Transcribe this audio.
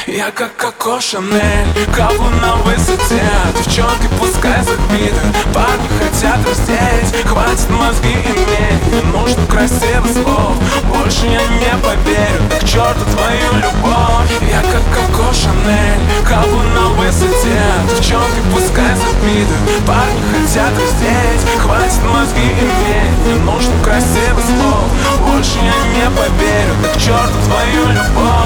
Я как Коко Шанель, капу на высоте. Девчонки пускай завидуют, парни хотят раздеть. Хватит мозги иметь, не нужно красивых слов. Больше я не поверю, так к черту твою любовь. Я как Коко Шанель, капу на высоте. Девчонки пускай завидуют, парни хотят раздеть. Хватит мозги иметь, не нужно красивых слов. Больше я не поверю, так к черту твою любовь.